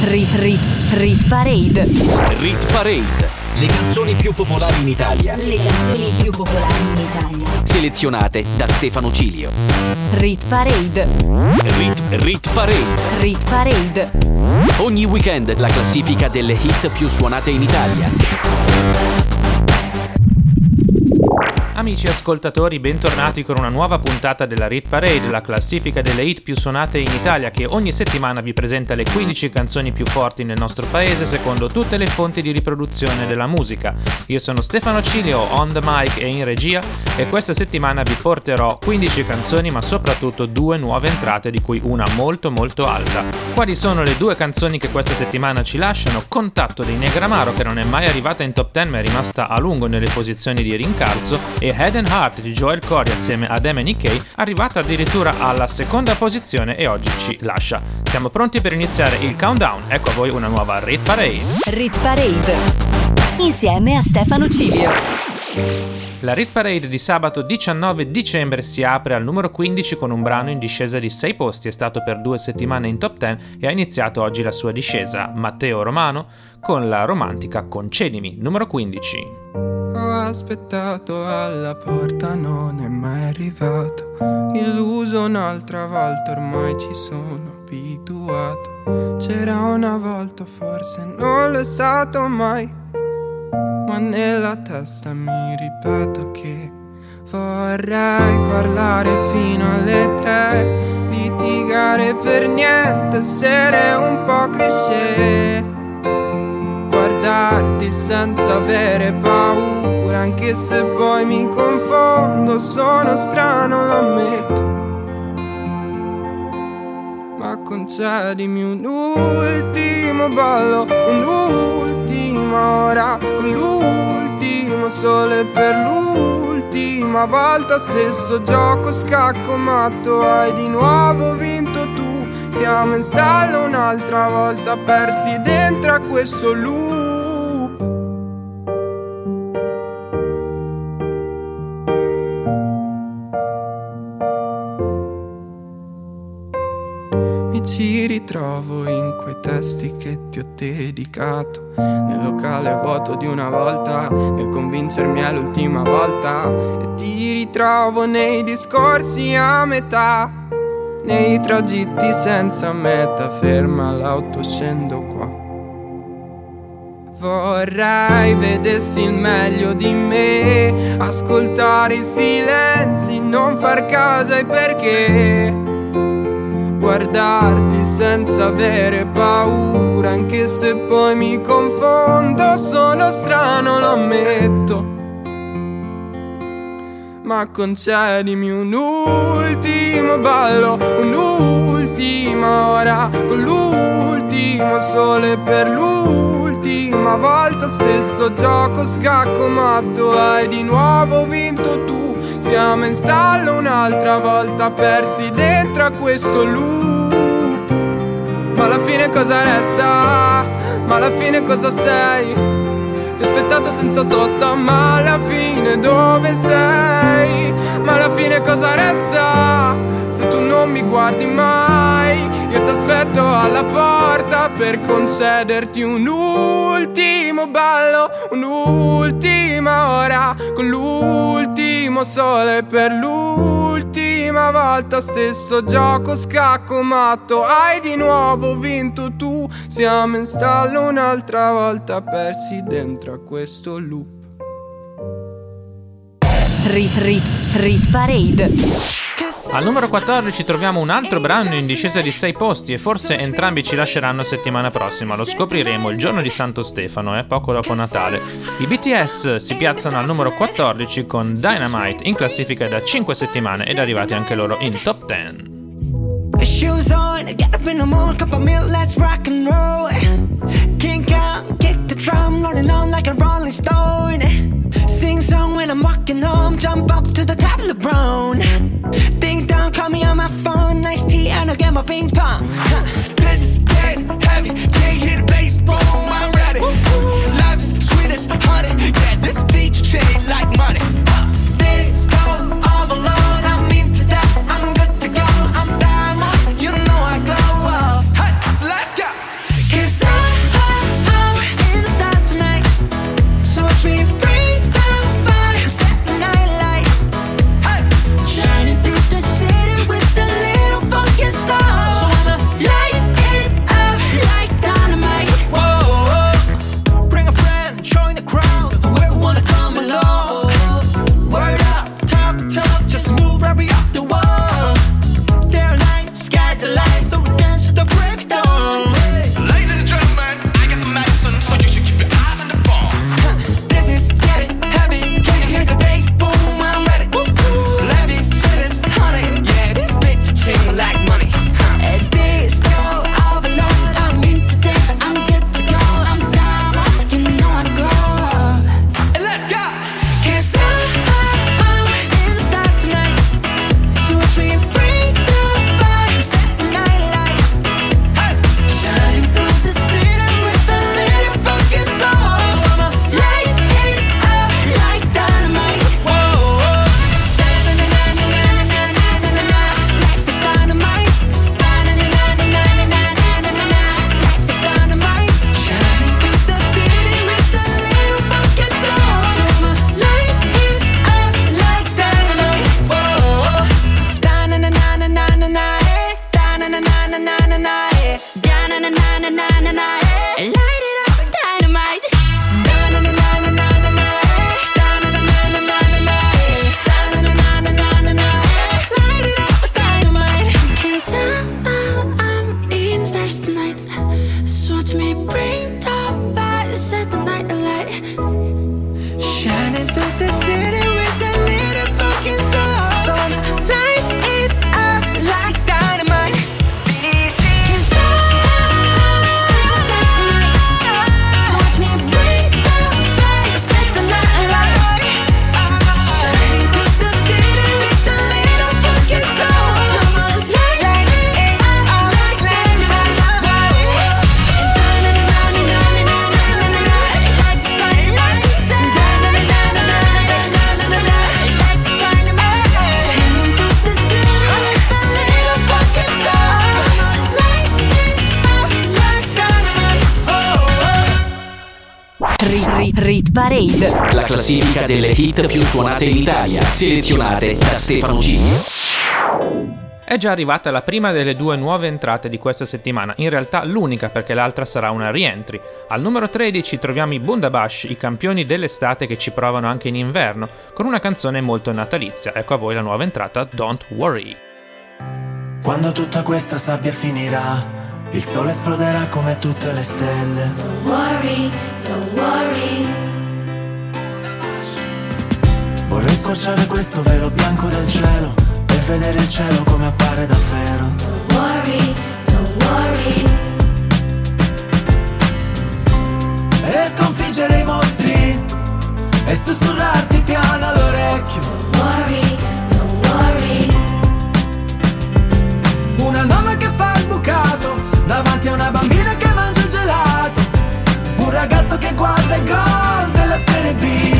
Rit Parade. Rit Parade. Le canzoni più popolari in Italia. Selezionate da Stefano Cilio. Rit Parade. Rit Parade. Rit Parade. Ogni weekend la classifica delle hit più suonate in Italia. Amici ascoltatori, bentornati con una nuova puntata della Rit Parade, la classifica delle hit più suonate in Italia, che ogni settimana vi presenta le 15 canzoni più forti nel nostro paese secondo tutte le fonti di riproduzione della musica. Io sono Stefano Cilio, on the mic e in regia, e questa settimana vi porterò 15 canzoni, ma soprattutto 2 nuove entrate, di cui una molto alta. Quali sono le 2 canzoni che questa settimana ci lasciano? Contatto dei Negramaro, che non è mai arrivata in top 10 ma è rimasta a lungo nelle posizioni di rincarzo, e Head and Heart di Joel Corey assieme ad M&K, arrivata addirittura alla seconda posizione e oggi ci lascia. Siamo pronti per iniziare il countdown, ecco a voi una nuova Rit Parade. Rit Parade, insieme a Stefano Cilio. La Rit Parade di sabato 19 dicembre si apre al numero 15 con un brano in discesa di 6 posti, è stato per 2 settimane in top 10 e ha iniziato oggi la sua discesa, Matteo Romano con la romantica Concedimi, numero 15. Ho aspettato alla porta, non è mai arrivato. Illuso un'altra volta, ormai ci sono abituato. C'era una volta, forse non lo è stato mai, ma nella testa mi ripeto che vorrei parlare fino alle 3, litigare per niente, essere un po' cliché, guardarti senza avere paura, anche se poi mi confondo, sono strano, lo ammetto. Ma concedimi un ultimo ballo, un'ultima ora, l'ultimo sole per l'ultima volta. Stesso gioco, scacco matto, hai di nuovo vinto tu. Siamo in stallo un'altra volta, persi dentro a questo loop. Mi ci ritrovo in quei testi che ti ho dedicato, nel locale vuoto di una volta, nel convincermi è l'ultima volta. E ti ritrovo nei discorsi a metà, nei tragitti senza meta, ferma l'auto, scendo qua. Vorrei vedessi il meglio di me, ascoltare i silenzi, non far caso ai perché, guardarti senza avere paura, anche se poi mi confondo, sono strano, lo ammetto. Ma concedimi un ultimo ballo, un'ultima ora, con l'ultimo sole per l'ultima volta. Stesso gioco, scacco matto, hai di nuovo vinto tu. Siamo in stallo un'altra volta, persi dentro a questo loop. Ma alla fine cosa resta? Ma alla fine cosa sei? Ti ho aspettato senza sosta, ma alla fine dove sei? Ma alla fine cosa resta? Se tu non mi guardi mai, io ti aspetto alla porta per concederti un ultimo ballo, un'ultima ora, con l'ultimo sole per l'ultima volta. Stesso gioco, scacco matto, hai di nuovo vinto tu. Siamo in stallo un'altra volta, persi dentro a questo loop. Rit Parade. Al numero 14 troviamo un altro brano in discesa di 6 posti e forse entrambi ci lasceranno settimana prossima, lo scopriremo il giorno di Santo Stefano, poco dopo Natale. I BTS si piazzano al numero 14 con Dynamite, in classifica da 5 settimane ed arrivati anche loro in top 10. Shoes on, get up in the morning, cup of milk, let's rock and roll. King Kong, kick the drum, rolling on like a rolling stone. Sing song when I'm walking home, jump up to the top of the brown. Ding dong, call me on my phone, nice tea and I'll get my ping pong. This is dead heavy, can't hear the bass, boom, I'm ready. Life is sweet as honey, yeah, this beach shade like money. This go all alone, I'm into that, I'm good to go, I'm diamond, you know I glow up. Hey, so let's go. Cause Rit Parade, la classifica delle hit più suonate in Italia, selezionate da Stefano Cilio. È già arrivata la prima delle due nuove entrate di questa settimana, in realtà l'unica perché l'altra sarà una rientry. Al numero 13 troviamo i Bundabash, i campioni dell'estate che ci provano anche in inverno, con una canzone molto natalizia. Ecco a voi la nuova entrata, Don't Worry. Quando tutta questa sabbia finirà, il sole esploderà come tutte le stelle. Don't worry, don't worry. Vorrei squarciare questo velo bianco del cielo per vedere il cielo come appare davvero. Don't worry, don't worry. E sconfiggere i mostri e sussurrarti piano all'orecchio. Don't worry, don't worry. Una nonna che fa il bucato davanti a una bambina che mangia il gelato. Un ragazzo che guarda il gol della Serie B.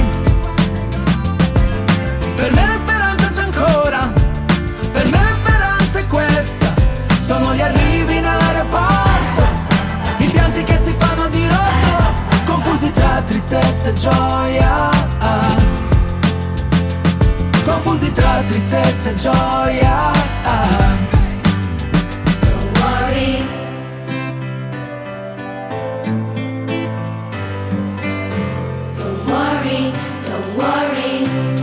Per me la speranza c'è ancora, per me la speranza è questa. Sono gli arrivi in aeroporto, i pianti che si fanno di rotto, confusi tra tristezza e gioia, confusi tra tristezza e gioia. Don't worry. Don't worry, don't worry.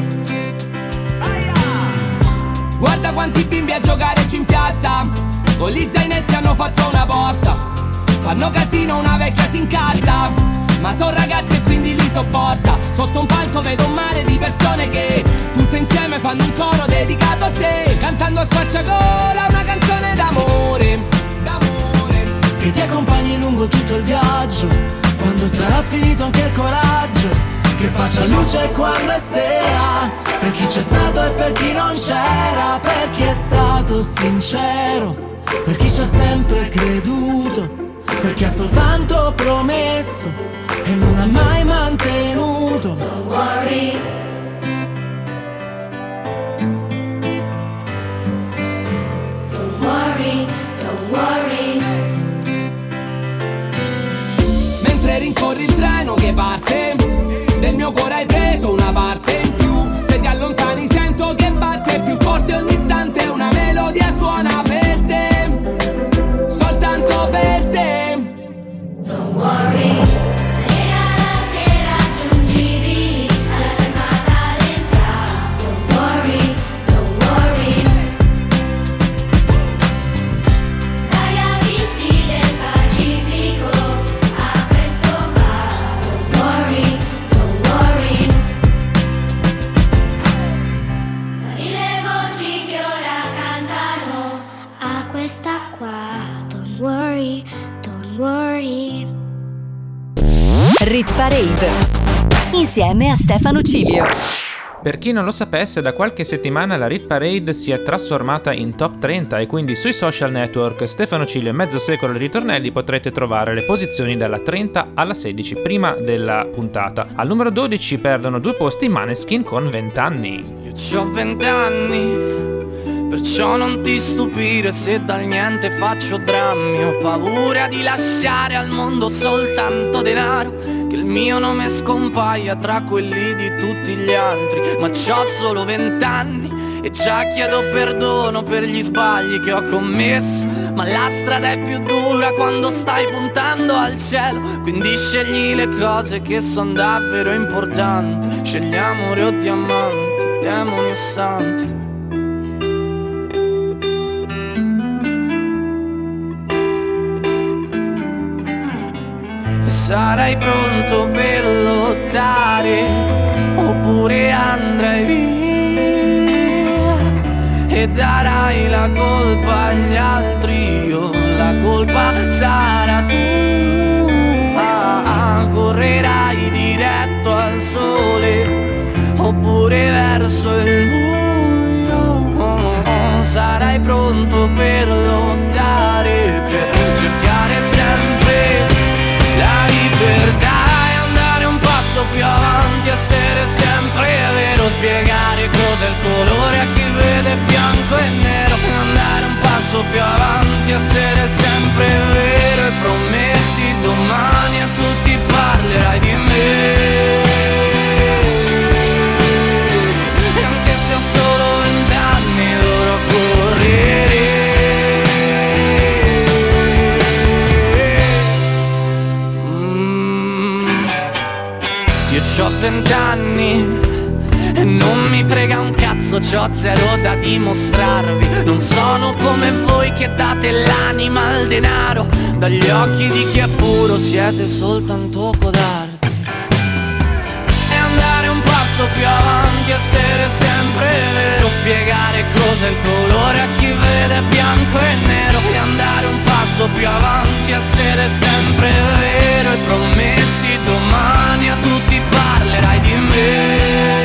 Guarda quanti bimbi a giocare giù in piazza, con gli zainetti hanno fatto una porta. Fanno casino, una vecchia si incazza, ma son ragazzi e quindi li sopporta. Sotto un palco vedo un mare di persone che tutte insieme fanno un coro dedicato a te, cantando a squarciagola una canzone d'amore, d'amore, che ti accompagni lungo tutto il viaggio, quando sarà finito anche il coraggio, che faccia luce quando è sera, per chi c'è stato e per chi non c'era, per chi è stato sincero, per chi ci ha sempre creduto, per chi ha soltanto promesso e non ha mai mantenuto. Don't worry. Don't worry, don't worry. mentre rincorri il treno che parte, del mio cuore hai preso una parte in più. Se ti allontani sento che batte più forte ogni istante, una melodia suona per te, soltanto per te. Don't worry. E alla sera giungivi alla fermata d'entrata. Don't worry, don't worry. Dagli abissi del Pacifico a questo bar. Don't worry, don't worry. Le voci che ora cantano a questa qua. Don't worry, don't worry. Rit Parade insieme a Stefano Cilio. Per chi non lo sapesse, da qualche settimana la Rit Parade si è trasformata in top 30 e quindi sui social network Stefano Cilio e mezzo secolo di ritornelli potrete trovare le posizioni dalla 30 alla 16 prima della puntata. Al numero 12 perdono 2 posti Maneskin con 20 anni. Io c'ho 20 anni, perciò non ti stupire se dal niente faccio drammi. Ho paura di lasciare al mondo soltanto denaro, che il mio nome scompaia tra quelli di tutti gli altri. Ma c'ho solo 20 anni e già chiedo perdono per gli sbagli che ho commesso. Ma la strada è più dura quando stai puntando al cielo, quindi scegli le cose che son davvero importanti. Scegli amore o diamanti, demoni o santi. Sarai pronto per lottare oppure andrai via e darai la colpa agli altri, io la colpa sarà tua. Correrai diretto al sole oppure verso il buio. Sarai pronto per lottare, per cercare sempre la libertà è andare un passo più avanti, essere sempre vero, spiegare cos'è il colore a chi vede bianco e nero. Andare un passo più avanti, essere sempre vero, e prometti domani a tutti parlerai di me. c'ho 20 anni e non mi frega un cazzo, c'ho zero da dimostrarvi. Non sono come voi che date l'anima al denaro. Dagli occhi di chi è puro siete soltanto codardi. E andare un passo più avanti, essere sempre vero, spiegare cos'è il colore a chi vede bianco e nero. E andare un passo più avanti, essere sempre vero. E prometti domani a tutti parlerai di me.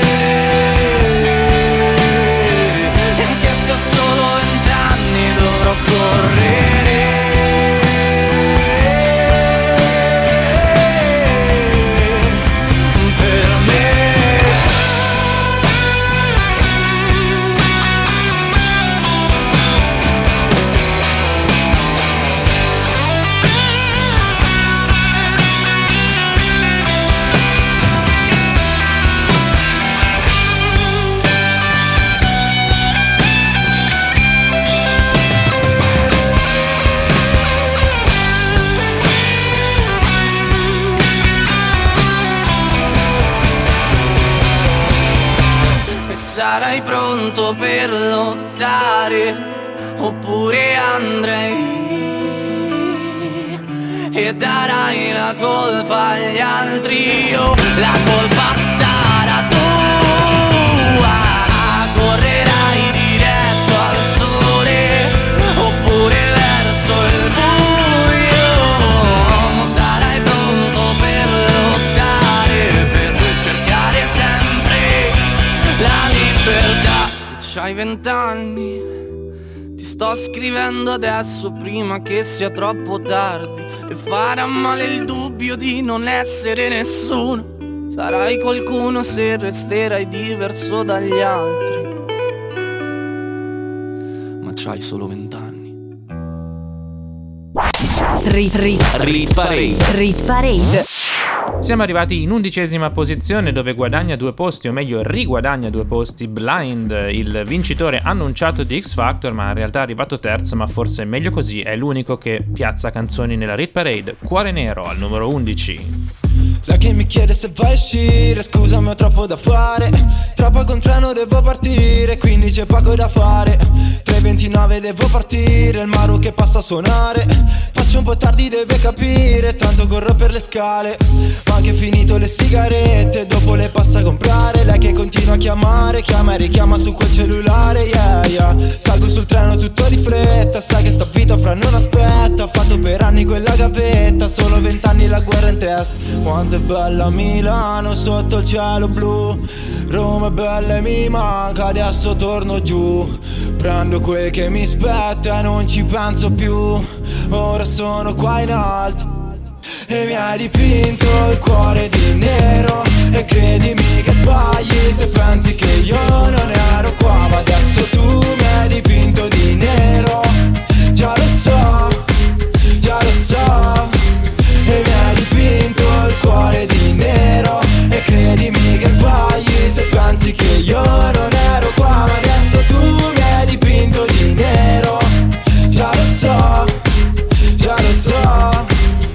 Se ho solo 20 anni dovrò correre per me. Sarai pronto per lottare, oppure andrei e darai la colpa agli altri. Oh, la colpa sarà tua, correrai diretto al sole, oppure verso il buio. Sarai pronto per lottare, per cercare sempre la libertà. C'hai 20 anni, ti sto scrivendo adesso prima che sia troppo tardi. E farà male il dubbio di non essere nessuno. Sarai qualcuno se resterai diverso dagli altri. Ma c'hai solo 20 anni. Rit Parade. Siamo arrivati in 11ª posizione, dove guadagna 2 posti, o meglio riguadagna 2 posti, Blind, il vincitore annunciato di X Factor, ma in realtà è arrivato terzo, ma forse è meglio così, è l'unico che piazza canzoni nella Rit Parade. Cuore Nero al numero 11. La che mi chiede se vai a uscire, scusami ho troppo da fare, tra poco un treno devo partire, quindi c'è poco da fare. 3:29 devo partire, il Maru che passa a suonare, faccio un po' tardi deve capire, tanto corro per le scale. Ma anche finito le sigarette, dopo le passa a comprare. Lei che continua a chiamare, chiama e richiama su quel cellulare, yeah, yeah. Salgo sul treno tutto di fretta, sai che sta vita fra non aspetta. Ho fatto per anni quella gavetta, solo 20 anni la guerra in testa. Quanto è bella Milano sotto il cielo blu, Roma è bella e mi manca, adesso torno giù. Prendo quel che mi spetta e non ci penso più, ora sono qua in alto. E mi hai dipinto il cuore di nero, e credimi che sbagli se pensi che io non ero qua. Ma adesso tu mi hai dipinto di nero, già lo so, già lo so. E mi hai dipinto il cuore di nero, e credimi che sbagli se pensi che io non ero qua. Ma adesso tu mi hai dipinto di nero, già lo so, già lo so.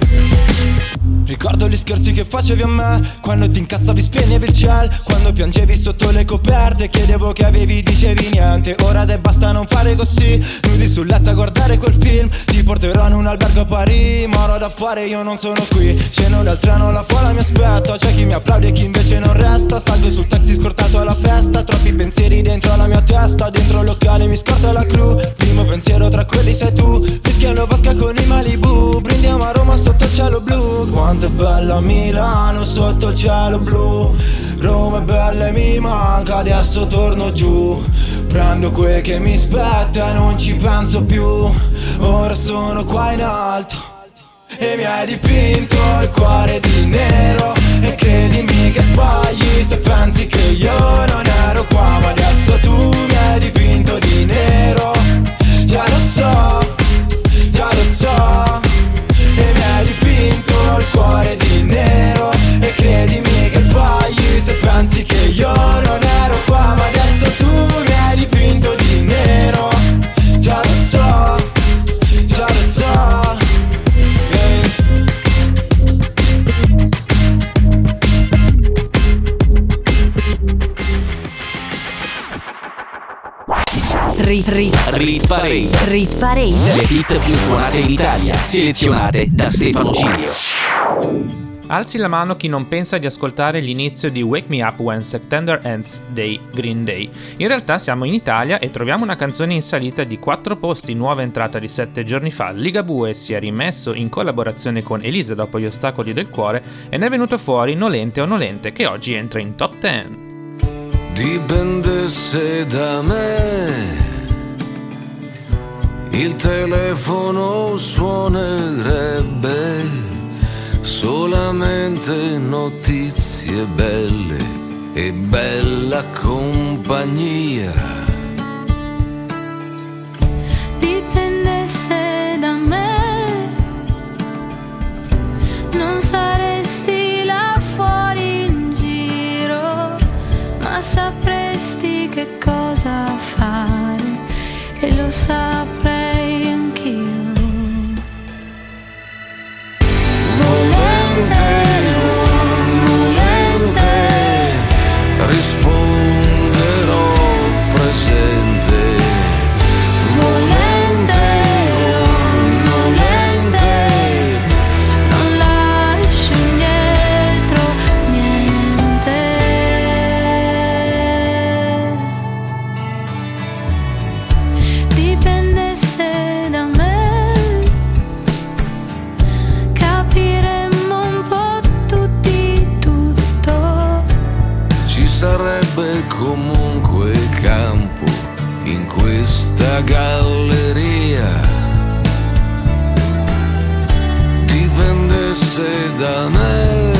Ricordo gli scherzi che facevi a me, quando ti incazzavi spegnevi il ciel, quando piangevi sotto le coperte, chiedevo che avevi, dicevi niente. Ora dai basta non fare così, nudi sul letto a guardare quel film. Ti porterò in un albergo a Parigi, ma ora da fare io non sono qui. Scendo dal treno, la folla mi aspetta, c'è chi mi applaudi e chi invece non resta. Salgo sul taxi scortato alla festa, troppi pensieri dentro la mia testa. Dentro il locale mi scorta la crew, primo pensiero tra quelli sei tu. Fischiando vodka con i Malibu, brindiamo a Roma sotto il cielo blu. Quanto è bella Milano sotto il cielo blu, Roma è bella e mi manca, adesso torno giù. Prendo quel che mi spetta e non ci penso più, ora sono qua in alto. E mi hai dipinto il cuore di nero, e credimi che sbagli se pensi che io non ero qua. Ma adesso tu mi hai dipinto di nero, già lo so, già lo so. E mi hai dipinto il cuore di nero, e credimi che sbagli se pensi che io non ero qua. Ma adesso tu mi hai dipinto di nero, già lo so, già lo so. Rit Parade. Rit Parade. Le hit più suonate in Italia, selezionate da Stefano Cilio. Alzi la mano chi non pensa di ascoltare l'inizio di Wake Me Up When September Ends dei Green Day. In realtà siamo in Italia e troviamo una canzone in salita di 4 posti, nuova entrata di 7 giorni fa. Ligabue si è rimesso in collaborazione con Elisa dopo gli ostacoli del cuore e ne è venuto fuori Nolente o Nolente, che oggi entra in top 10. Dipendesse da me, il telefono suonerebbe solamente notizie belle e bella compagnia. Dipendesse da me, non saresti là fuori in giro, ma sapresti che cosa fare e lo saprei anch'io. Risponderò presente, volente o nolente, non lascio indietro niente. Dipendesse da me, capiremmo un po' tutti tutto. ci sarebbe comunque campo in questa galleria. Dipendesse da me,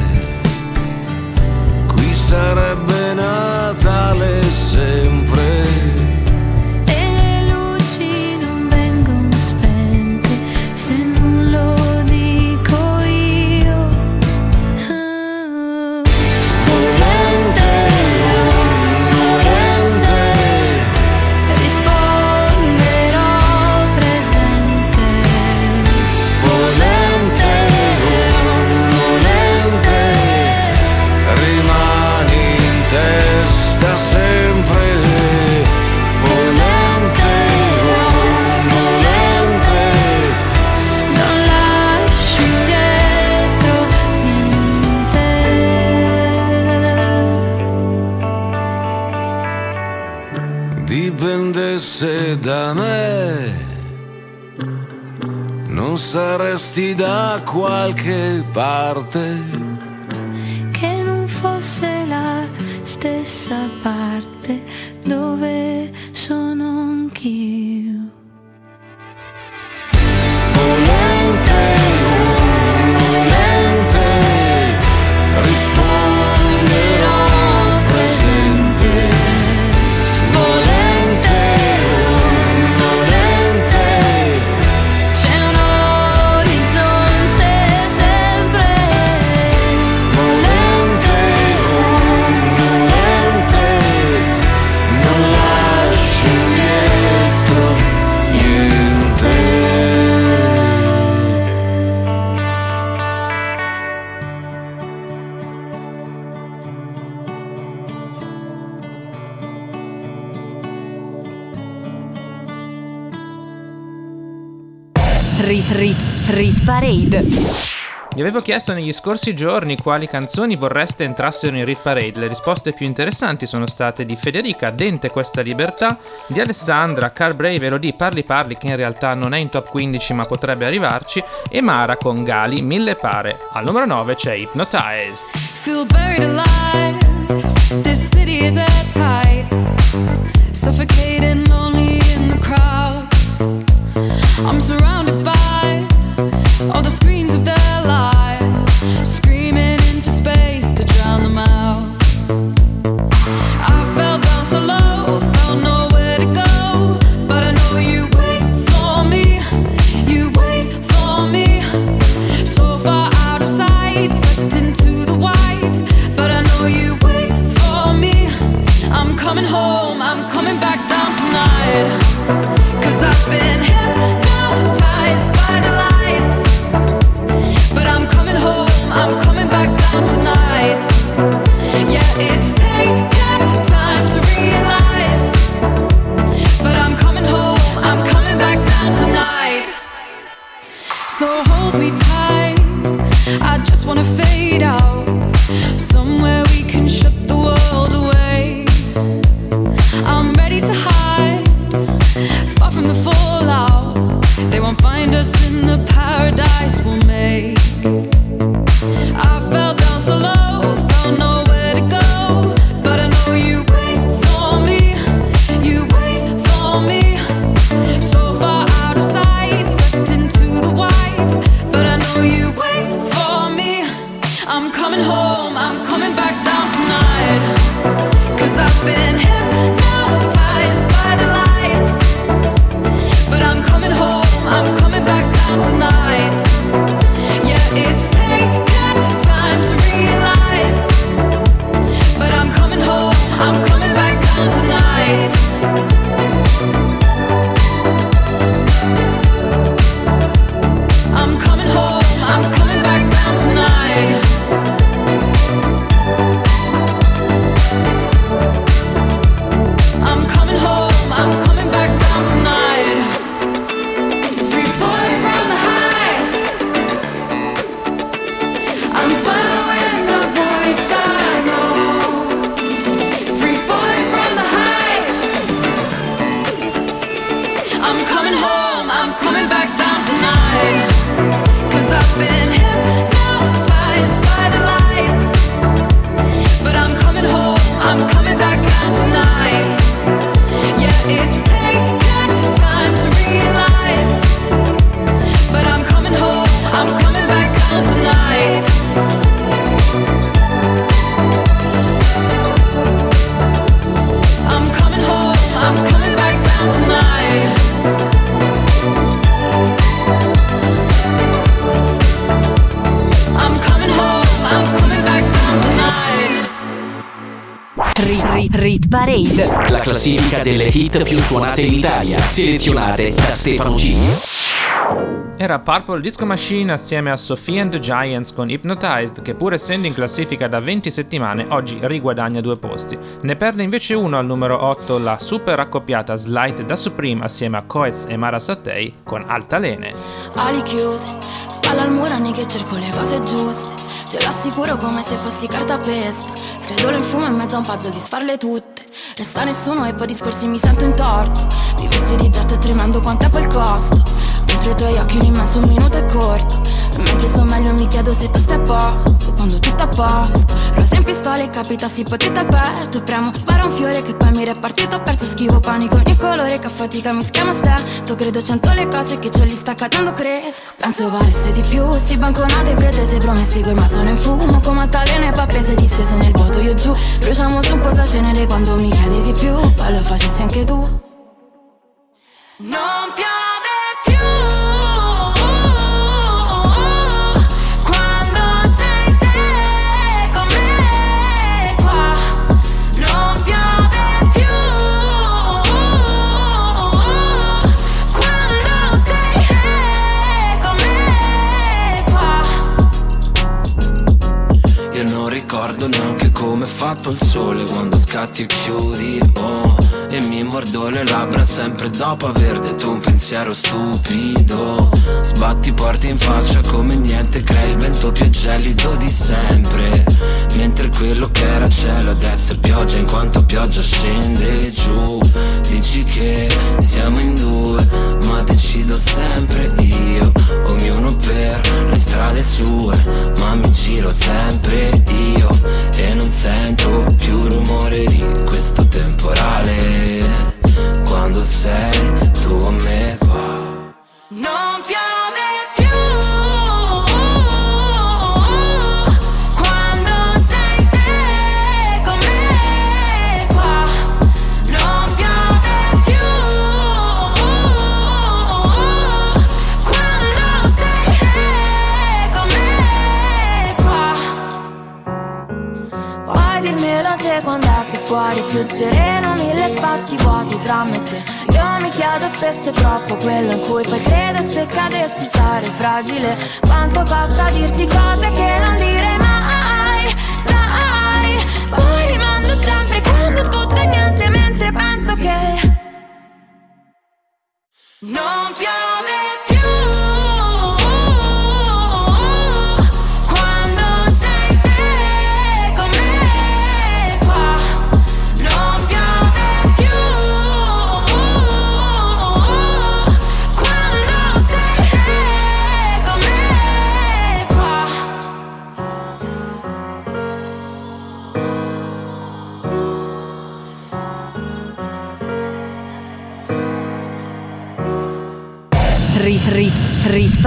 qui sarebbe Natale sempre. E le luci non vengono spente se non lo dico io. Volente o nolente, Risponderò presente. volente o nolente, rimani in testa sempre. Volente o nolente, Non lascio indietro niente. dipendesse da me, non saresti da qualche parte. Che non fosse la stessa parte dove sono anch'io. Volente o nolente, risponderò presente. Volente o nolente, C'è un orizzonte sempre. volente o nolente, non lascio indietro niente. Rit Parade. Vi avevo chiesto negli scorsi giorni quali canzoni vorreste entrassero in Rit Parade. Le risposte più interessanti sono state di Federica, Dente questa libertà, di Alessandra, Car Brave, Elodie, Parli Parli, che in realtà non è in top 15 ma potrebbe arrivarci, e Mara con Gali, Mille Pare. Al numero 9 c'è Hypnotized. Feel buried alive. This city is at tight. Suffocating, lonely in the crowd. I'm surrounded by all the screens of their lives, screaming into space to drown them out. I fell down so low, felt nowhere to go, but I know you wait for me, you wait for me. So far out of sight, sucked into the white, but I know you wait for me. I'm coming home, I'm coming back down tonight, 'cause I've been hypnotized. I just wanna fade out. Somewhere we can shut the world away. I'm ready to hide, far from the fallout. They won't find us in the paradise we'll make. I fell down so low, found nowhere to go, but I know you wait for me, you wait for me. So far out of sight, sucked into the white, but I know you wait for me. I'm coming home, I'm coming back down tonight, 'cause I've been hypnotized by the lights. But I'm coming home, I'm coming back down tonight. Yeah, it's taken time to realize, but I'm coming home, I'm coming back down tonight. I'm coming home, I'm coming back down tonight. I'm coming home, I'm coming back down tonight. Free falling from the high, I'm following the voice I know. Free falling from the high, I'm coming home, I'm coming back down tonight. 'Cause I've been hypnotized by the lights, but I'm coming home, I'm coming back down tonight. Yeah, it's taken time to realize, but I'm coming home, I'm coming back down tonight. I'm coming home, I'm coming back down tonight. I'm coming home, I'm coming back down tonight. Rit Parade, La classifica delle hit più suonate in Italia, selezionate da Stefano G. Era Purple Disco Machine assieme a Sophie and the Giants con Hypnotized, che pur essendo in classifica da 20 settimane oggi riguadagna 2 posti. Ne perde invece uno al numero 8 la super accoppiata Slight da Supreme assieme a Coez e Mara Sattei con Altalene. Ali chiuse, spalla al muro anni che cerco le cose giuste. Te lo assicuro come se fossi cartapesta. Scredolo in fumo in mezzo a un puzzle di sfarle tutte. Resta nessuno e poi discorsi mi sento in torto. Vivessi di jet e tremando quanto è poi il costo. Dentro i tuoi occhi un immenso un minuto è corto. E mentre sto meglio mi chiedo se tu stai a posto. Quando tutto a posto, rosa in pistola e capitassi potete aperto. Premo, spara un fiore che poi mi repartito. Ho perso schivo panico ogni colore che a fatica mi schiama stento. Credo 100 le cose che ce li sta cadendo cresco. Penso valesse di più, si banconate pretese promessi coi ma sono in fumo. Come Altalene pappese distese nel vuoto io giù. Bruciamo su un po' sa cenere quando mi chiedi di più. Poi lo facessi anche tu. Non piove più quando sei te con me qua. Non piove più quando sei te con me qua. Io non ricordo neanche come è fatto il sole quando scatti e chiudi, oh. E mi mordo le labbra sempre dopo aver detto un pensiero stupido. Sbatti porti in faccia come niente, crei il vento più gelido di sempre. Mentre quello che era cielo adesso è pioggia in quanto pioggia scende giù. Dici che siamo in due, ma decido sempre io. Ognuno per le strade sue, ma mi giro sempre io. E non sento più rumore di questo temporale quando sei tu con me qua. Non piove più quando sei te con me qua. Non piove più quando sei te con me qua. Puoi dirmelo te quando è che fuori è più sereno, mille spazi vuoti tra me e te. Io mi chiedo spesso è troppo quello in cui poi credo, se cadessi sarei fragile. Quanto costa dirti cose che non direi mai, sai. Poi rimando sempre quando tutto è niente, mentre penso che non piove più quando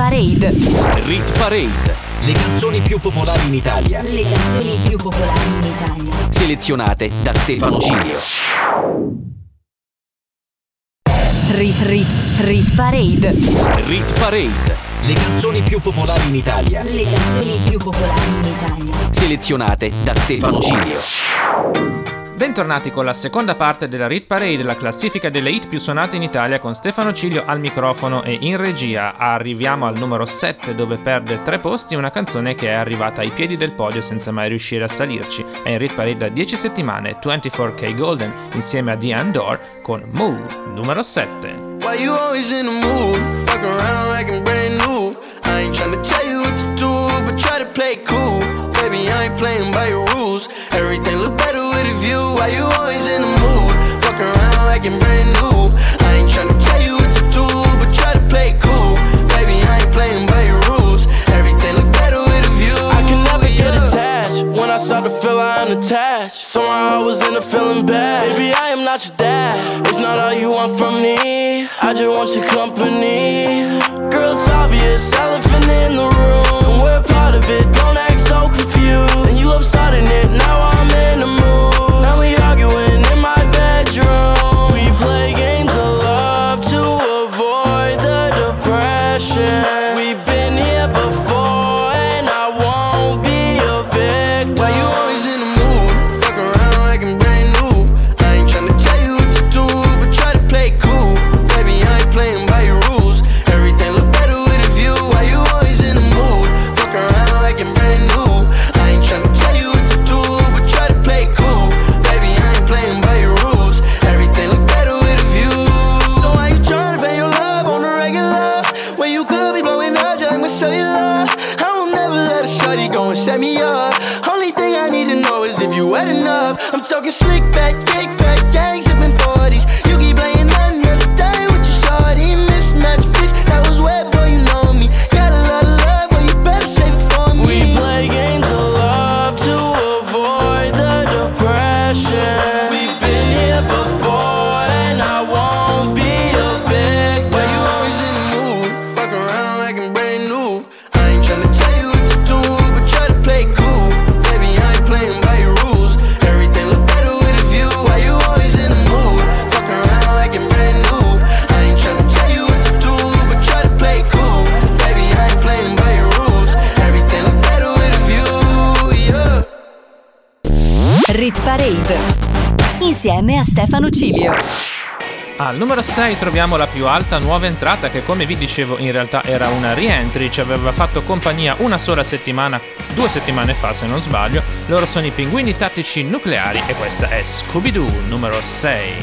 Parade. Rit Parade. Le canzoni più popolari in Italia. Le canzoni più popolari in Italia. Selezionate da Stefano Cilio. Rit Parade. Rit Parade. Le canzoni più popolari in Italia. Le canzoni più popolari in Italia. Selezionate da Stefano Cilio. Bentornati con la seconda parte della Rit Parade, la classifica delle hit più suonate in Italia, con Stefano Cilio al microfono e in regia. Arriviamo al numero 7, dove perde 3 posti una canzone che è arrivata ai piedi del podio senza mai riuscire a salirci. È in Rit Parade da 10 settimane, 24K Golden insieme a Diane Dore con Move, numero 7. Why you always in the mood? Fuck around like I'm brand new. I ain't tryna tell you what to do, but try to play cool. Baby, I ain't playing by your rules. Everything look better with a view. Why you always in the mood? Fuck around like I'm brand new. I ain't tryna tell you what to do, but try to play cool. Baby, I ain't playing by your rules. Everything look better with a view. I can never get attached. When I start to feel I am attached, somehow I was in a feeling bad. Baby, I am not your dad. It's not all you want from me. I just want your company. Girl, it's obvious, elephant in the room. We're part of it, don't act so confused. And you love starting it, now I'm in the mood. Now we arguing in my bedroom. We play games of love to avoid the depression. We've been here before and I won't be a victim. Why you always in the mood? Fuck around like I'm brand new. I ain't tryna tell you what to do, but try to play cool. Baby, I ain't playing by your rules. Everything look better with a view. Why you always in the mood? Fuck around like I'm brand new. I ain't tryna tell you what to do, but try to play cool. Baby, I ain't playing by your rules. Everything look better with a view. So why you tryna pay your love on the regular when you could be blowing up just like my cellular? I won't never let a shorty go and set me up. Only thing I need to know is if you wet enough. I'm talking slick back, kick back, gang sipping 40s. You keep playing another day with your shorty. Mismatch fits, that was way before you know me. Got a lot of love, but you better save it for me. We play games of love to avoid the depression. We've been here before and I won't be a victim. Why you always in the mood? Fuck around like I'm brand new. I ain't tryna tell you what to do, but try to play cool. Baby, I ain't playing by your rules. Everything look better with a view. Why you always in the mood? Fuck around like I'm brand new. I ain't tryna tell you what to do, but try to play cool. Baby, I ain't playing by your rules. Everything look better with a view, yeah. Rit Parade insieme a Stefano Cilio. Al numero 6 troviamo la più alta nuova entrata che, come vi dicevo, in realtà era una re-entry, ci aveva fatto compagnia una sola settimana, 2 settimane fa se non sbaglio. Loro sono i Pinguini Tattici Nucleari e questa è Scooby-Doo, numero 6.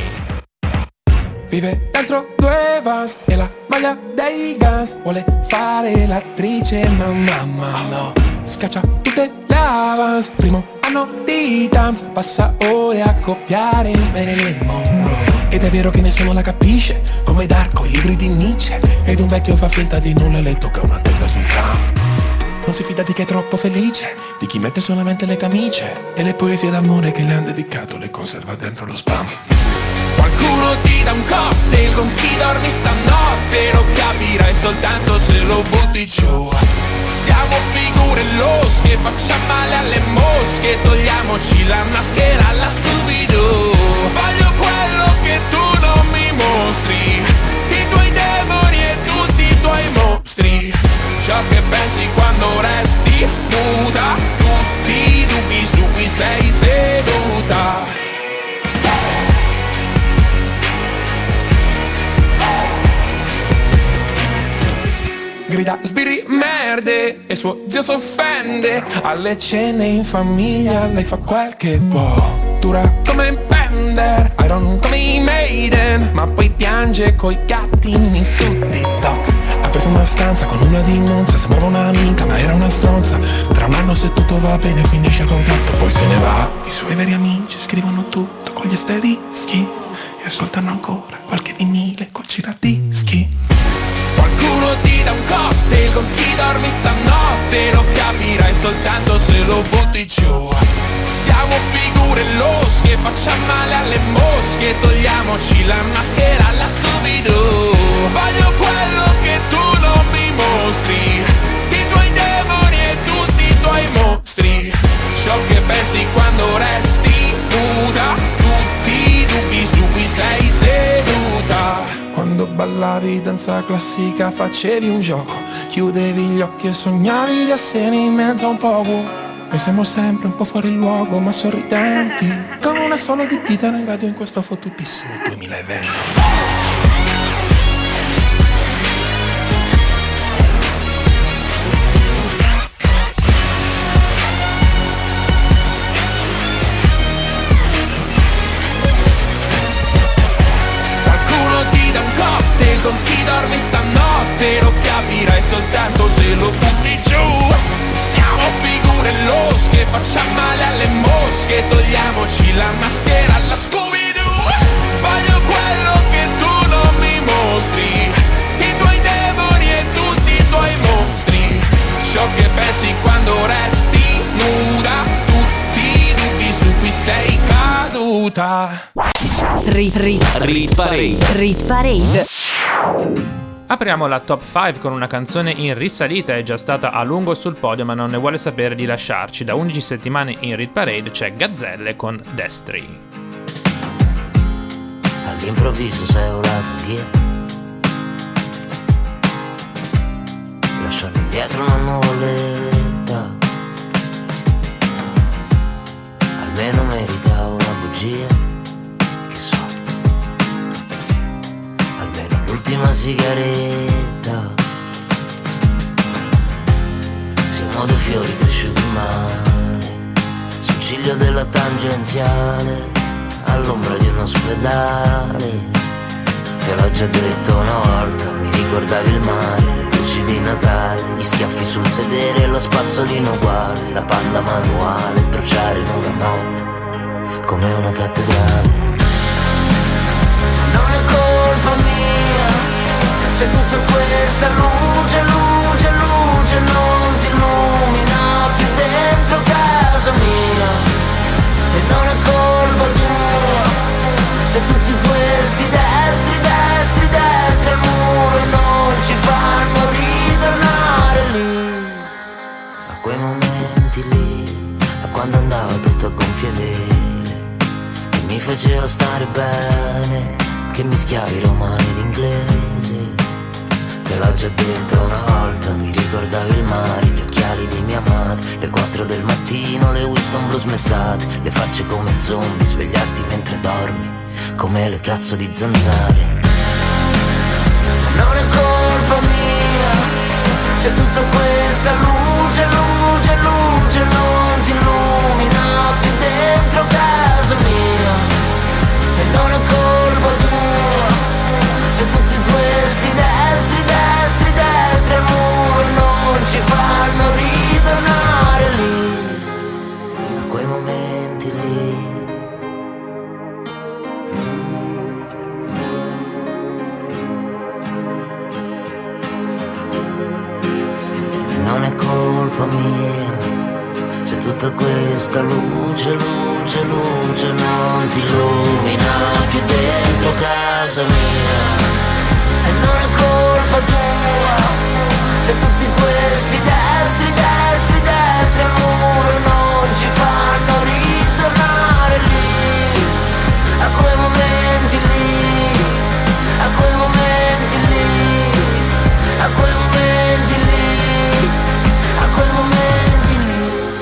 Vive dentro 2 Vans e la maglia dei Guns. Vuole fare l'attrice ma mamma no. Scaccia tutte le Avance. Primo anno di Tams. Passa ore a copiare Marilyn Monroe. Ed è vero che nessuno la capisce, come Darko, i libri di Nietzsche. Ed un vecchio fa finta di nulla e le tocca una testa sul tram. Non si fida di chi è troppo felice, di chi mette solamente le camicie. E le poesie d'amore che le han dedicato le conserva dentro lo spam. Qualcuno ti dà un cocktail con chi dormi stanotte. Lo capirai soltanto se lo butti giù. Siamo figure losche, facciamo male alle mosche. Togliamoci la maschera alla Scooby-Doo. Voglio quello che tu non mi mostri, i tuoi demoni e tutti i tuoi mostri. Ciò che pensi quando resti muta, tutti i dubbi su cui sei seduta. Grida sbirri merde e suo zio s'offende. Alle cene in famiglia lei fa quel che può. Dura come Bender, Iron come i Maiden. Ma poi piange coi gattini su TikTok. Ha preso una stanza con una di Monza. Sembrava un'amica ma era una stronza. Tra un anno se tutto va bene finisce il contratto, poi se ne va. I suoi veri amici scrivono tutto con gli asterischi e ascoltano ancora qualche vinile col giradischi. Qualcuno ti dà un cocktail con chi dormi stanotte. Lo capirai soltanto se lo butti giù. Siamo figure losche, facciamo male alle mosche. Togliamoci la maschera alla Scooby-Doo. Voglio quello che tu non mi mostri, di danza classica facevi un gioco, chiudevi gli occhi e sognavi di essere in mezzo a un poco. Noi siamo sempre un po' fuori luogo ma sorridenti, con una sola di chitarra in radio in questo fottutissimo 2020. Con chi dormi stanotte lo capirai soltanto se lo butti giù. Siamo figure losche, facciamo male alle mosche, togliamoci la maschera alla Scooby-Doo. Voglio quello che tu non mi mostri, i tuoi demoni e tutti i tuoi mostri, ciò che pensi quando resti nuda, tutti i dubbi su cui sei caduta. Rit Parade. Apriamo la top 5 con una canzone in risalita, è già stata a lungo sul podio ma non ne vuole sapere di lasciarci. Da 11 settimane in Rit Parade c'è Gazzelle con Destri. All'improvviso sei volato via, lasciando indietro una nuvoletta. Almeno meritavo una bugia, l'ultima sigaretta. Siamo due fiori cresciuti male sul ciglio della tangenziale, all'ombra di un ospedale. Te l'ho già detto una volta, mi ricordavi il mare, le luci di Natale, gli schiaffi sul sedere, lo spazzolino uguale, la panda manuale, bruciare in una notte come una cattedrale. Non è colpa mia se tutta questa luce non ti illumina più dentro casa mia. E non è colpa tua se tutti questi destri al muro non ci fanno ritornare lì. A quei momenti lì, a quando andava tutto a gonfie vele e mi faceva stare bene, che mischiavi romani ed inglese. Te l'ho già detto una volta, mi ricordavi il mare, gli occhiali di mia madre, le 4 del mattino, le Winston blu smezzate, le facce come zombie, svegliarti mentre dormi, come le cazzo di zanzare. Non è colpa mia se tutta questa luce non ti illumina più dentro casa mia. E non è colpa tua se tutti questi destri al muro non ci fanno ritornare lì. A quei momenti lì. E non è colpa mia se tutta questa luce non ti illumina più dentro casa mia. E non è colpa tua se tutti questi destri al muro non ci fanno ritornare lì. A quei momenti lì, a quei momenti lì, a quei momenti lì, a quei momenti lì.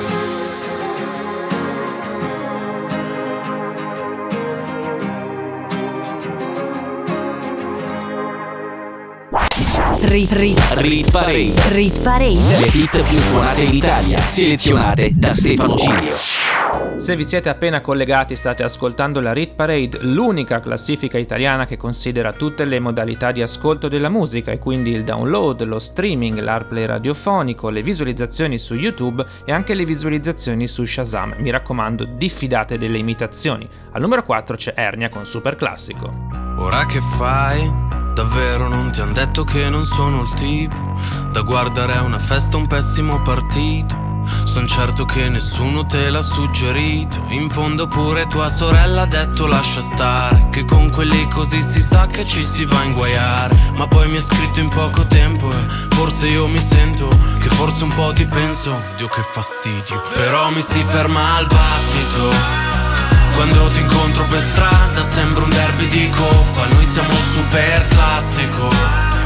Rit Parade. Le hit più suonate in Italia, selezionate da Stefano Cilio. Se vi siete appena collegati, state ascoltando la Rit Parade, l'unica classifica italiana che considera tutte le modalità di ascolto della musica, e quindi il download, lo streaming, l'AirPlay radiofonico, le visualizzazioni su YouTube e anche le visualizzazioni su Shazam. Mi raccomando, diffidate delle imitazioni. Al numero 4 c'è Ernia con Super Classico. Ora che fai? Davvero non ti han detto che non sono il tipo da guardare a una festa, un pessimo partito. Son certo che nessuno te l'ha suggerito. In fondo pure tua sorella ha detto lascia stare, che con quelli così si sa che ci si va a inguaiare. Ma poi mi ha scritto in poco tempo e forse io mi sento che forse un po' ti penso. Dio che fastidio. Però mi si ferma al battito quando ti incontro per strada, sembra un derby di coppa. Noi siamo super classico,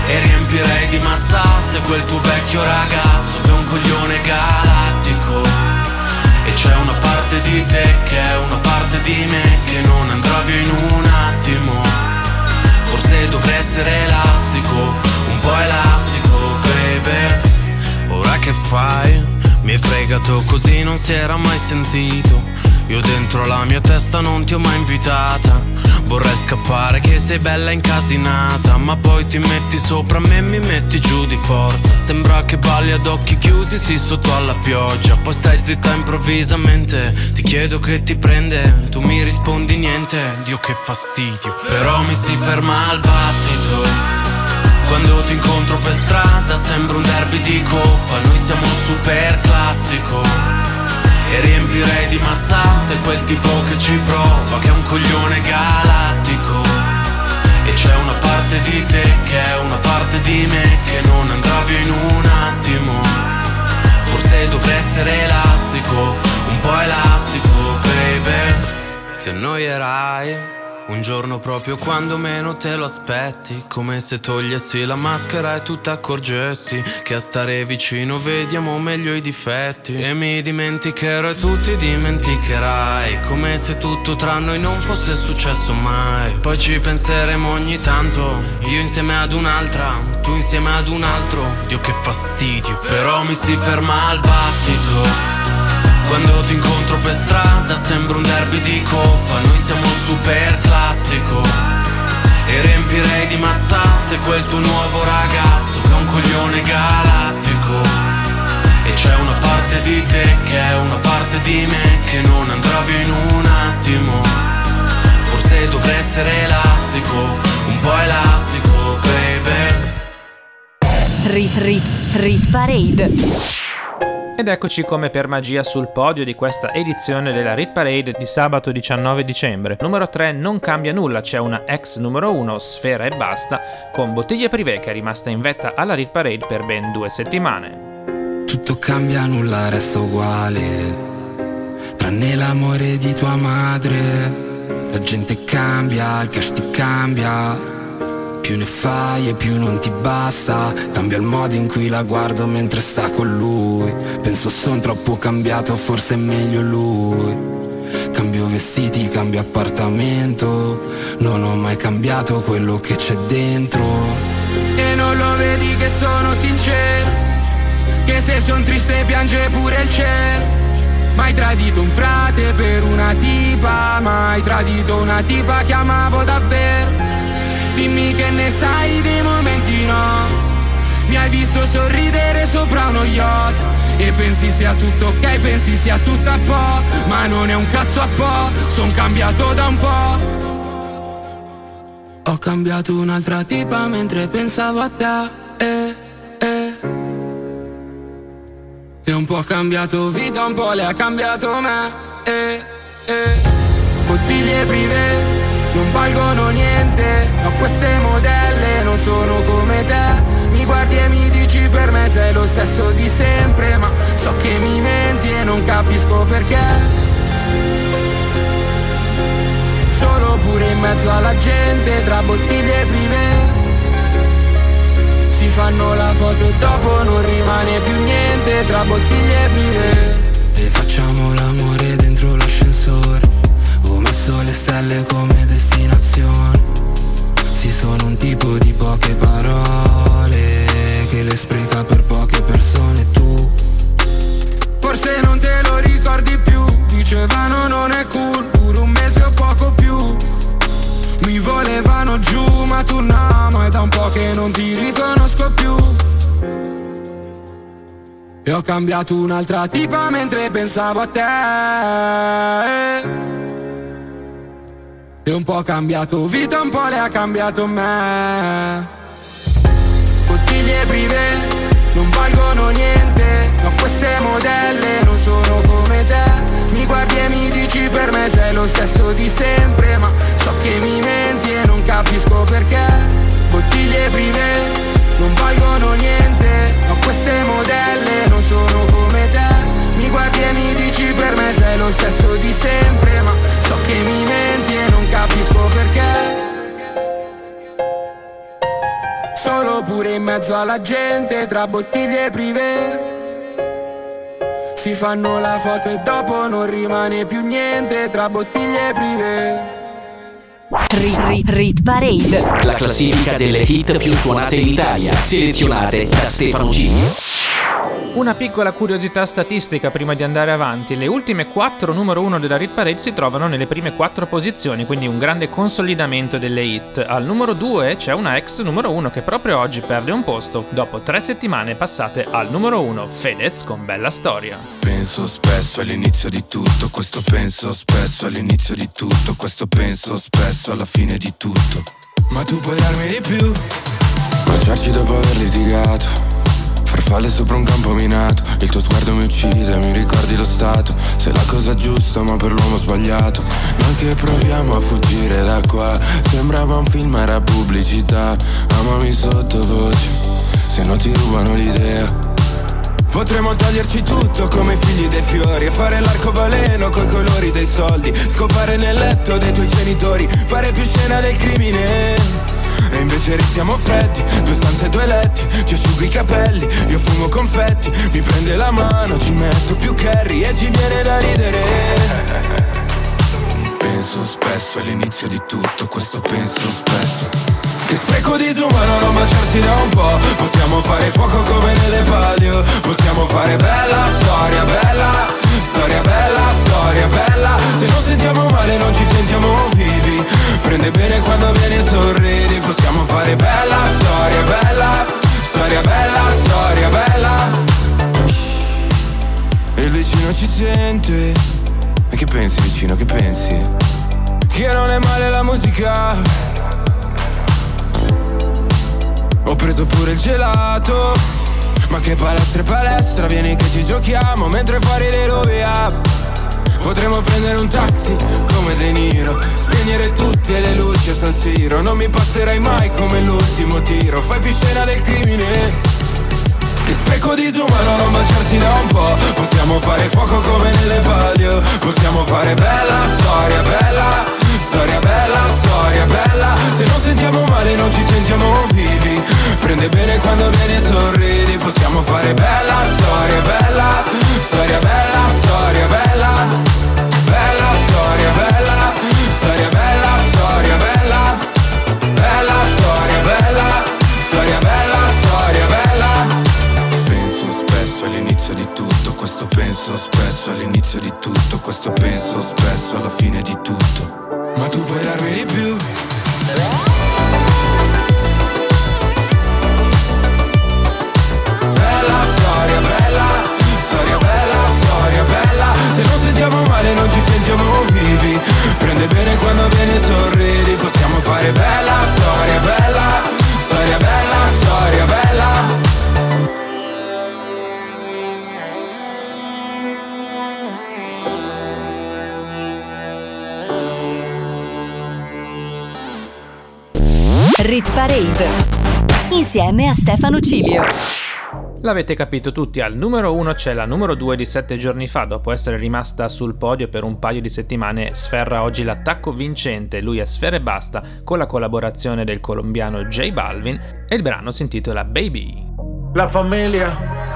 E riempirei di mazzate quel tuo vecchio ragazzo che è un coglione galattico. E c'è una parte di te che è una parte di me che non andrà via in un attimo. Forse dovrei essere elastico, un po' elastico, baby. Ora che fai? Mi hai fregato così, non si era mai sentito. Io dentro la mia testa non ti ho mai invitata. Vorrei scappare che sei bella incasinata, ma poi ti metti sopra me e mi metti giù di forza. Sembra che balli ad occhi chiusi, sì, sotto alla pioggia. Poi stai zitta improvvisamente, ti chiedo che ti prende, tu mi rispondi niente. Dio che fastidio, però mi si ferma al battito. Quando ti incontro per strada sembra un derby di coppa. Noi siamo un super classico. E riempirei di mazzate quel tipo che ci prova, che è un coglione galattico. E c'è una parte di te che è una parte di me che non andrà via in un attimo. Forse dovrei essere elastico, un po' elastico, baby. Ti annoierai un giorno proprio quando meno te lo aspetti, come se togliessi la maschera e tu t'accorgessi che a stare vicino vediamo meglio i difetti. E mi dimenticherò e tu ti dimenticherai, come se tutto tra noi non fosse successo mai. Poi ci penseremo ogni tanto, io insieme ad un'altra, tu insieme ad un altro. Dio che fastidio, però mi si ferma al battito. Quando ti incontro per strada sembra un derby di coppa. Noi siamo un super classico. E riempirei di mazzate quel tuo nuovo ragazzo che è un coglione galattico. E c'è una parte di te che è una parte di me che non andrà via in un attimo. Forse dovrei essere elastico, un po' elastico, baby. Rit Parade. Ed eccoci come per magia sul podio di questa edizione della Rit Parade di sabato 19 dicembre. Numero 3 non cambia nulla, c'è una ex numero 1, Sfera e Basta, con Bottiglie Privé, che è rimasta in vetta alla Rit Parade per ben 2 settimane. Tutto cambia, nulla resta uguale, tranne l'amore di tua madre. La gente cambia, il cash ti cambia, più ne fai e più non ti basta. Cambia il modo in cui la guardo mentre sta con lui. Penso son troppo cambiato, forse è meglio lui. Cambio vestiti, cambio appartamento, non ho mai cambiato quello che c'è dentro. E non lo vedi che sono sincero, che se son triste piange pure il cielo. Mai tradito un frate per una tipa, mai tradito una tipa che amavo davvero. Dimmi che ne sai dei momenti no, mi hai visto sorridere sopra uno yacht e pensi sia tutto ok, pensi sia tutto a po', ma non è un cazzo a po', son cambiato da un po'. Ho cambiato un'altra tipa mentre pensavo a te, e un po' cambiato vita, un po' le ha cambiato me, Bottiglie privé non valgono niente, ma queste modelle non sono come te. Mi guardi e mi dici per me sei lo stesso di sempre, ma so che mi menti e non capisco perché. Solo pure in mezzo alla gente, tra bottiglie privé, si fanno la foto e dopo non rimane più niente, tra bottiglie privé. E facciamo l'amore dentro l'ascensore, ho messo le stelle come destinazione. Sì, sono un tipo di poche parole, che le spreca per poche persone. Tu forse non te lo ricordi più, dicevano non è cool, pure un mese o poco più. Mi volevano giù ma tu no, ma è da un po' che non ti riconosco più. E ho cambiato un'altra tipa mentre pensavo a te, e un po' cambiato vita, un po' le ha cambiato me. Bottiglie privé non valgono niente, ma queste modelle non sono come te. Mi guardi e mi dici per me sei lo stesso di sempre, ma so che mi menti e non capisco perché. Bottiglie privé non valgono niente, ma queste modelle non sono come te. Mi guardi e mi dici per me sei lo stesso di sempre, ma so che mi menti e non capisco perché. Solo pure mezzo alla gente tra bottiglie prive. Si fanno la foto e dopo non rimane più niente tra bottiglie prive. Rit Parade, la classifica delle hit più suonate in Italia, selezionate da Stefano Cilio. Una piccola curiosità statistica prima di andare avanti: le ultime 4 numero 1 della Rit Parade si trovano nelle prime 4 posizioni, quindi un grande consolidamento delle hit. Al numero 2 c'è una ex numero 1 che proprio oggi perde un posto dopo 3 settimane passate al numero 1, Fedez con Bella Storia. Penso spesso all'inizio di tutto, questo penso spesso all'inizio di tutto, questo penso spesso alla fine di tutto. Ma tu puoi darmi di più, baciarci dopo aver litigato, farfalle sopra un campo minato, il tuo sguardo mi uccide, mi ricordi lo stato, sei la cosa giusta ma per l'uomo sbagliato. Noi che proviamo a fuggire da qua, sembrava un film, era pubblicità. Amami sottovoce, se no ti rubano l'idea. Potremmo toglierci tutto come figli dei fiori e fare l'arcobaleno coi colori dei soldi, scopare nel letto dei tuoi genitori, fare più scena del crimine. E invece restiamo freddi, 2 stanze e 2 letti, ci asciugo i capelli, io fumo confetti, mi prende la mano, ci metto più curry e ci viene da ridere. Penso spesso all'inizio di tutto, questo penso spesso. Che spreco disumano non baciarsi da un po', possiamo fare fuoco come nelle palio, possiamo fare bella storia, bella storia, bella storia, bella. Se non sentiamo male non ci sentiamo vivi, prende bene quando vieni e sorridi, possiamo fare bella storia, bella storia, bella storia, bella. E il vicino ci sente. E che pensi vicino, che pensi? Che non è male la musica. Ho preso pure il gelato, ma che palestra e palestra, vieni che ci giochiamo mentre fuori le rovia. Potremmo prendere un taxi come De Niro, spegnere tutte le luci a San Siro, non mi passerai mai come l'ultimo tiro, fai più scena del crimine. Che spreco disumano non baciarsi da un po', possiamo fare fuoco come nelle palio, possiamo fare bella storia, bella storia, bella storia, bella. Se non sentiamo male non ci sentiamo vivi, prende bene quando vieni e sorridi, possiamo fare bella storia, bella storia, bella storia, bella bella storia, bella storia, bella storia, bella bella storia, bella storia, bella storia, bella. Penso spesso all'inizio di tutto, questo penso spesso all'inizio di tutto, questo penso spesso alla fine di tutto. Ma tu puoi darmi di più. Bella storia, bella storia, bella storia, bella. Se non sentiamo male non ci sentiamo vivi, prende bene quando vieni e sorridi, possiamo fare bella storia, bella storia, bella storia, bella. Rit Parade insieme a Stefano Cilio. L'avete capito tutti, al numero 1 c'è la numero 2 di 7 giorni fa, dopo essere rimasta sul podio per un paio di settimane sferra oggi l'attacco vincente, lui è Sfera Ebbasta con la collaborazione del colombiano J Balvin e il brano si intitola Baby. La famiglia.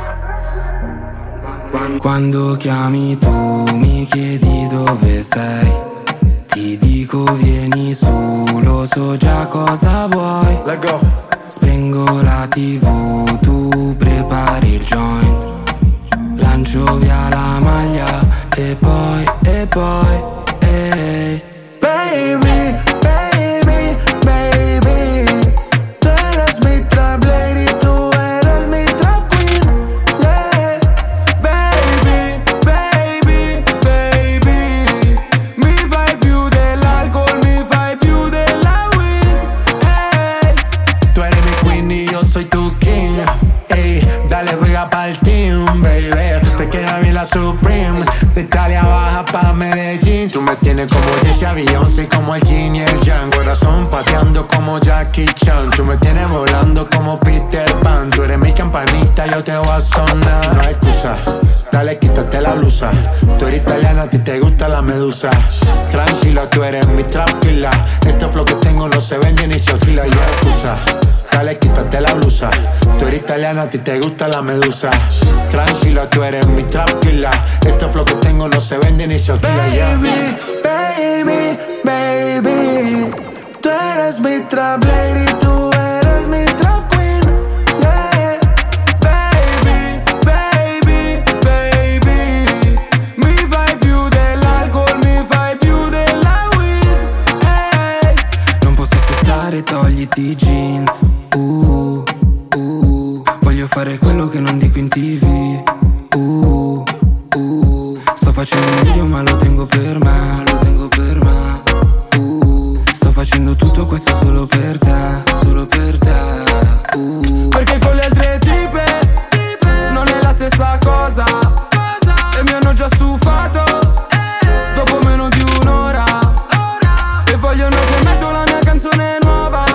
Quando chiami tu mi chiedi dove sei, ti dico vieni su, lo so già cosa vuoi. Let go. Spengo la TV, tu prepari il joint, lancio via la maglia e poi, ehi. Baby, baby, baby, tú eres mi trap lady, tú eres mi trap queen, yeah. Baby, baby, baby, mi fai più dell'alcol, mi fai più della weed, hey. Tú eres mi queen y yo soy tu king, ey. Dale juega pa'l team, baby, te queda bien la Supreme, de Italia baja pa' Medellín. Tú me tienes como Jessie, Beyoncé, como el Yin y el Yang. Corazón pateando como Jackie Chan. Tú me tienes volando como Peter Pan. Tú eres mi campanita, yo te voy a sonar. No hay excusa, dale, quítate la blusa. Tú eres italiana, a ti te gusta la medusa. Tranquila, tú eres mi tranquila. Este flow que tengo no se vende ni se alquila. Y no hay excusa, dale, quítate la blusa. Tú eres italiana, a ti te gusta la medusa. Tranquila, tú eres mi tranquila. Este flow que tengo no se vende ni se alquila. Baby, baby, baby, tú eres mi trap lady, tú eres mi trap queen, yeah. Baby, baby, baby, mi fai più dell'alcol, mi fai più della weed, hey. Non posso aspettare, togliti i jeans. Voglio fare quello che non dico in TV. Sto facendo un video ma lo tengo per me, lo tengo per me. Sto facendo tutto questo solo per te, solo per te. Perché con le altre tipe non è la stessa cosa, e mi hanno già stufato dopo meno di un'ora. E vogliono che metto la mia canzone nuova,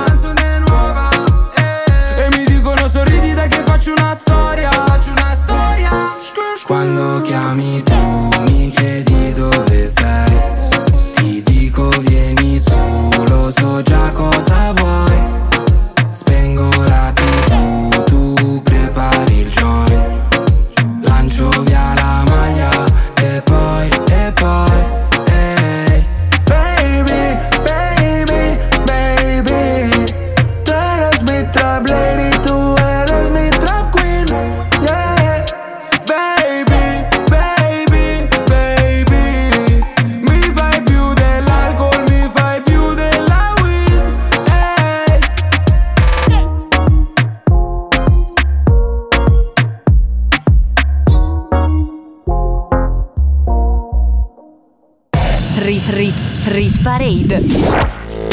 e mi dicono sorridi dai che faccio una storia, faccio una storia. Quando chiami tu mi chiedi dove sei, ti dico vieni su, lo so già cosa vuoi. Spengo la TV, tu prepari il joint, lancio via la maglia e poi hey. Baby, baby, baby, tú eres mi trap lady, tú eres mi trap queen, yeah. Baby, baby, baby, mi fai più dell'alcol, mi fai più della weed, hey. Rit Parade.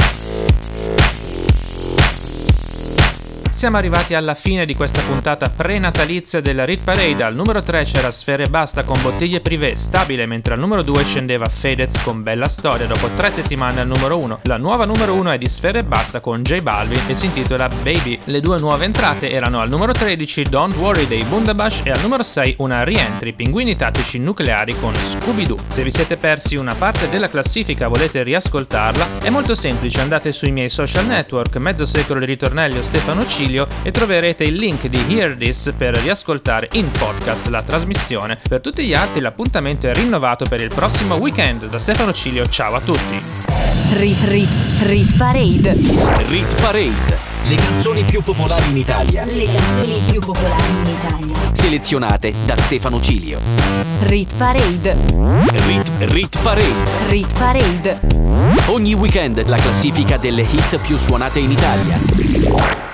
Siamo arrivati alla fine di questa puntata prenatalizia della Rit Parade. Al numero 3 c'era Sfera Ebbasta con Bottiglie Privé, stabile, mentre al numero 2 scendeva Fedez con Bella Storia dopo 3 settimane al numero 1. La nuova numero 1 è di Sfera Ebbasta con J Balvin e si intitola Baby. Le due nuove entrate erano al numero 13 Don't Worry dei Bundabash e al numero 6 una rientry, Pinguini Tattici Nucleari con Scooby-Doo. Se vi siete persi una parte della classifica, volete riascoltarla, è molto semplice, andate sui miei social network, Mezzo Secolo di Ritornello Stefano Cilio, e troverete il link di Hear This per riascoltare in podcast la trasmissione. Per tutti gli altri l'appuntamento è rinnovato per il prossimo weekend. Da Stefano Cilio, ciao a tutti. Rit Parade. Rit Parade. Le canzoni più popolari in Italia. Le canzoni più popolari in Italia. Selezionate da Stefano Cilio. Rit Parade. Rit Parade. Rit Parade. Ogni weekend la classifica delle hit più suonate in Italia.